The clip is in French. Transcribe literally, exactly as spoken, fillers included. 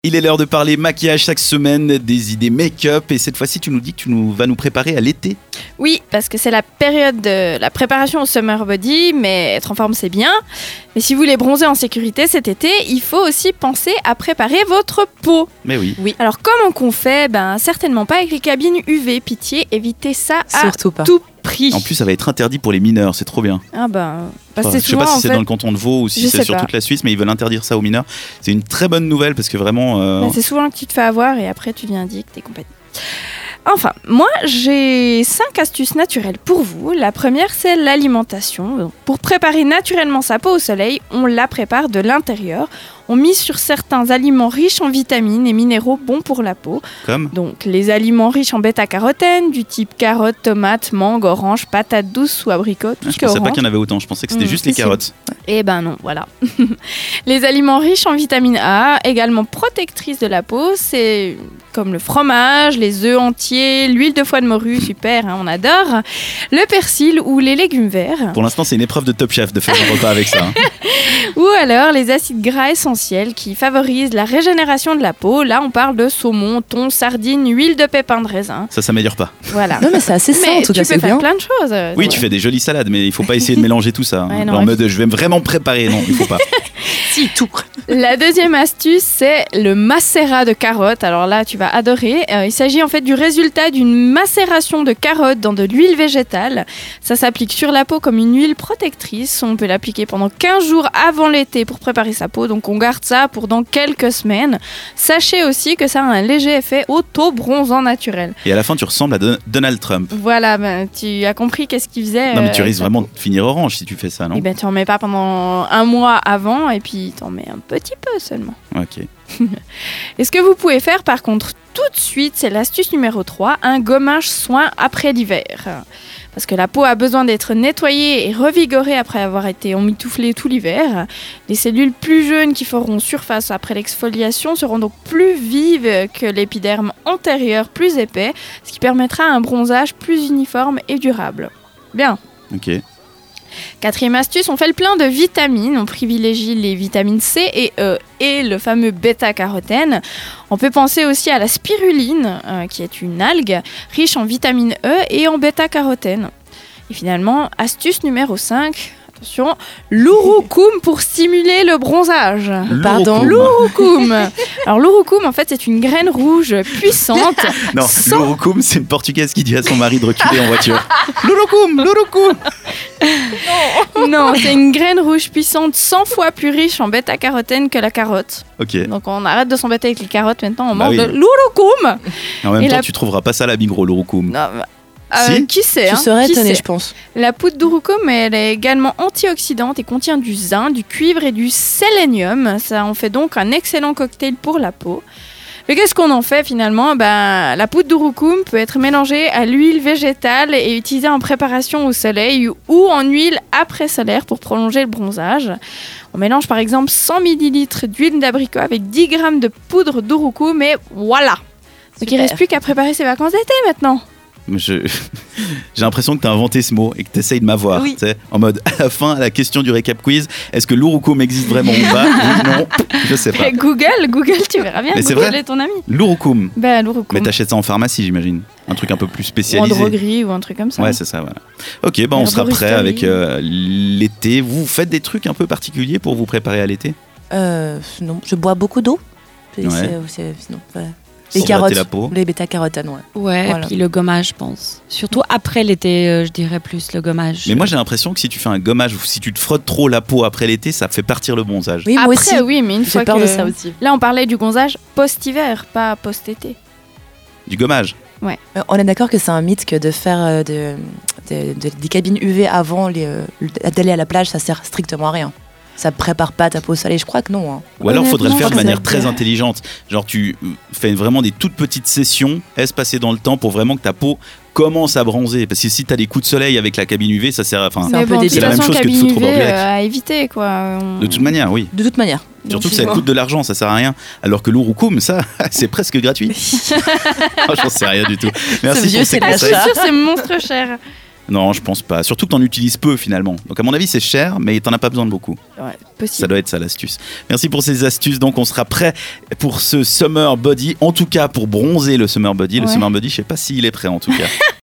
Il est l'heure de parler maquillage chaque semaine, des idées make-up, et cette fois-ci tu nous dis que tu nous, vas nous préparer à l'été. Oui, parce que c'est la période de la préparation au summer body, mais être en forme c'est bien. Mais si vous voulez bronzer en sécurité cet été, il faut aussi penser à préparer votre peau. Mais oui. Oui. Alors comment qu'on fait ? Ben certainement pas avec les cabines U V, pitié, évitez ça à Surtout pas. tout prix. En plus ça va être interdit pour les mineurs, c'est trop bien. Ah ben, parce Enfin, que je sais souvent, pas si en c'est fait, dans le canton de Vaud ou si je c'est sais sur pas. toute la Suisse, mais ils veulent interdire ça aux mineurs. C'est une très bonne nouvelle parce que vraiment... euh, ben, c'est souvent que tu te fais avoir et après tu deviens addict et compagnie. Enfin, moi j'ai cinq astuces naturelles pour vous. La première, c'est l'alimentation. Donc, pour préparer naturellement sa peau au soleil, on la prépare de l'intérieur. On mise sur certains aliments riches en vitamines et minéraux bons pour la peau. Comme Donc les aliments riches en bêta-carotène, du type carottes, tomates, mangue, orange, patates douces ou abricots. Tout Je ce qui est pensais pas orange. qu'il y en avait autant, je pensais que c'était Mmh, juste si, les si. carottes. Eh ben non, voilà. Les aliments riches en vitamine A, également protectrices de la peau, c'est comme le fromage, les œufs entiers, l'huile de foie de morue, super, hein, on adore, le persil ou les légumes verts, Pour l'instant c'est une épreuve de Top Chef de faire un repas avec ça. hein. ou alors les acides gras essentiels qui favorisent la régénération de la peau. Là, on parle de saumon, thon, sardines, huile de pépins de raisin. Ça s'améliore pas. Voilà. Non, mais c'est assez sain en Mais tout tu cas, peux c'est faire bien. plein de choses. Oui, tu fais des jolies salades, mais il faut pas essayer de mélanger tout ça. hein. Ouais, non, en oui. mode je vais vraiment préparer, non, il faut pas. Si, tout. La deuxième astuce, c'est le macérat de carottes. Alors là, tu vas adorer. Euh, il s'agit en fait du résultat d'une macération de carottes dans de l'huile végétale. Ça s'applique sur la peau comme une huile protectrice. On peut l'appliquer pendant quinze jours avant l'été pour préparer sa peau. Donc on garde ça pour dans quelques semaines. Sachez aussi que ça a un léger effet auto-bronzant naturel. Et à la fin tu ressembles à Don- Donald Trump. Voilà, ben, tu as compris qu'est-ce qu'il faisait. Non mais tu euh, risques sa vraiment peau. de finir orange si tu fais ça, non? Eh ben, tu en mets pas pendant un mois avant et puis t'en mets un petit peu seulement. Ok. Et ce que vous pouvez faire par contre tout de suite, c'est l'astuce numéro trois, un gommage soin après l'hiver. Parce que la peau a besoin d'être nettoyée et revigorée après avoir été emmitouflée tout l'hiver. Les cellules plus jeunes qui feront surface après l'exfoliation seront donc plus vives que l'épiderme antérieur plus épais, ce qui permettra un bronzage plus uniforme et durable. Bien. Ok. Quatrième astuce, on fait le plein de vitamines. On privilégie les vitamines C et E et le fameux bêta-carotène. On peut penser aussi à la spiruline, euh, qui est une algue riche en vitamine E et en bêta-carotène. Et finalement, astuce numéro cinq, attention, l'urucum pour stimuler le bronzage. Pardon. L'urucum. L'urucum. Alors l'urucum, en fait, c'est une graine rouge puissante. Non, Sans- l'urucum, c'est une portugaise qui dit à son mari de reculer en voiture. L'urucum, l'urucum. Non, c'est une graine rouge puissante cent fois plus riche en bêta-carotène que la carotte. Ok. Donc on arrête de s'embêter avec les carottes maintenant, on Bah mange oui. de l'urucum. En même Et temps, la- tu trouveras pas ça à la Migros, l'urucum. Non, bah, euh, Si. qui sait Tu hein, serais qui étonné, sait. je pense. La poudre d'urucum, elle est également antioxydante et contient du zinc, du cuivre et du sélénium. Ça en fait donc un excellent cocktail pour la peau. Et qu'est-ce qu'on en fait finalement ? Ben, la poudre d'urucum peut être mélangée à l'huile végétale et utilisée en préparation au soleil ou en huile après-solaire pour prolonger le bronzage. On mélange par exemple cent millilitres d'huile d'abricot avec dix grammes de poudre d'urucum et voilà. Donc il Super. ne reste plus qu'à préparer ses vacances d'été maintenant. Mais je- J'ai l'impression que tu as inventé ce mot et que tu essayes de m'avoir. Oui. tu sais, En mode, à la fin, à la question du récap quiz, est-ce que l'urucum existe vraiment ou pas? Oui, non, je sais pas. Google, Google, tu verras bien. Mais c'est Google vrai. est ton ami. L'urucum. Ben, l'urucum. Mais t'achètes ça en pharmacie, j'imagine. Un truc un peu plus Ou en spécialisé. droguerie ou un truc comme ça. Ouais, c'est ça, voilà. Ok, bah on sera prêt Herboristerie. avec euh, l'été. Vous faites des trucs un peu particuliers pour vous préparer à l'été? Euh, non, je bois beaucoup d'eau. Et Ouais. c'est- c'est- sinon, ouais. Les Sans carottes, gratter la peau. les bêta-carotènes, ouais. Ouais, Voilà. puis le gommage, je pense. Surtout après l'été, euh, je dirais plus le gommage. Mais moi j'ai l'impression que si tu fais un gommage ou si tu te frottes trop la peau après l'été, ça fait partir le bronzage. Oui, moi Après, aussi. oui, mais une fois J'ai peur que... de ça aussi. Là, on parlait du gonzage post-hiver, pas post-été. Du gommage. Euh, On est d'accord que c'est un mythe que de faire euh, de, de- de- des cabines U V avant les, euh, d'aller à la plage, ça sert strictement à rien. Ça prépare pas ta peau au soleil, je crois que non. hein. Ou alors faudrait le faire de Honnêtement, manière ça- très intelligente. Genre tu euh, fais vraiment des toutes petites sessions espacées dans le temps pour vraiment que ta peau commence à bronzer. Parce que si t'as des coups de soleil avec la cabine U V, ça sert à... Enfin, C'est un Mais peu bon, de débile. toute C'est la même façon, chose que de cabine foutre au U V, bord grec. euh, à éviter, quoi. On- de toute manière, oui. De toute manière. Surtout que Donc, ça coûte de l'argent, ça sert à rien. Alors que l'urucum, ça, c'est presque gratuit. Oh, j'en sais rien du tout. Merci Ce vieux, pour ces c'est de Ah, je suis conseils. sûre, c'est monstre cher. Non, je pense pas. Surtout que t'en utilises peu finalement. Donc à mon avis, c'est cher, mais t'en as pas besoin de beaucoup. Ouais, Ça possible. doit être ça l'astuce. Merci pour ces astuces. Donc on sera prêt pour ce summer body. En tout cas, pour bronzer le summer body. Le Ouais. summer body, je sais pas s'il est prêt en tout cas.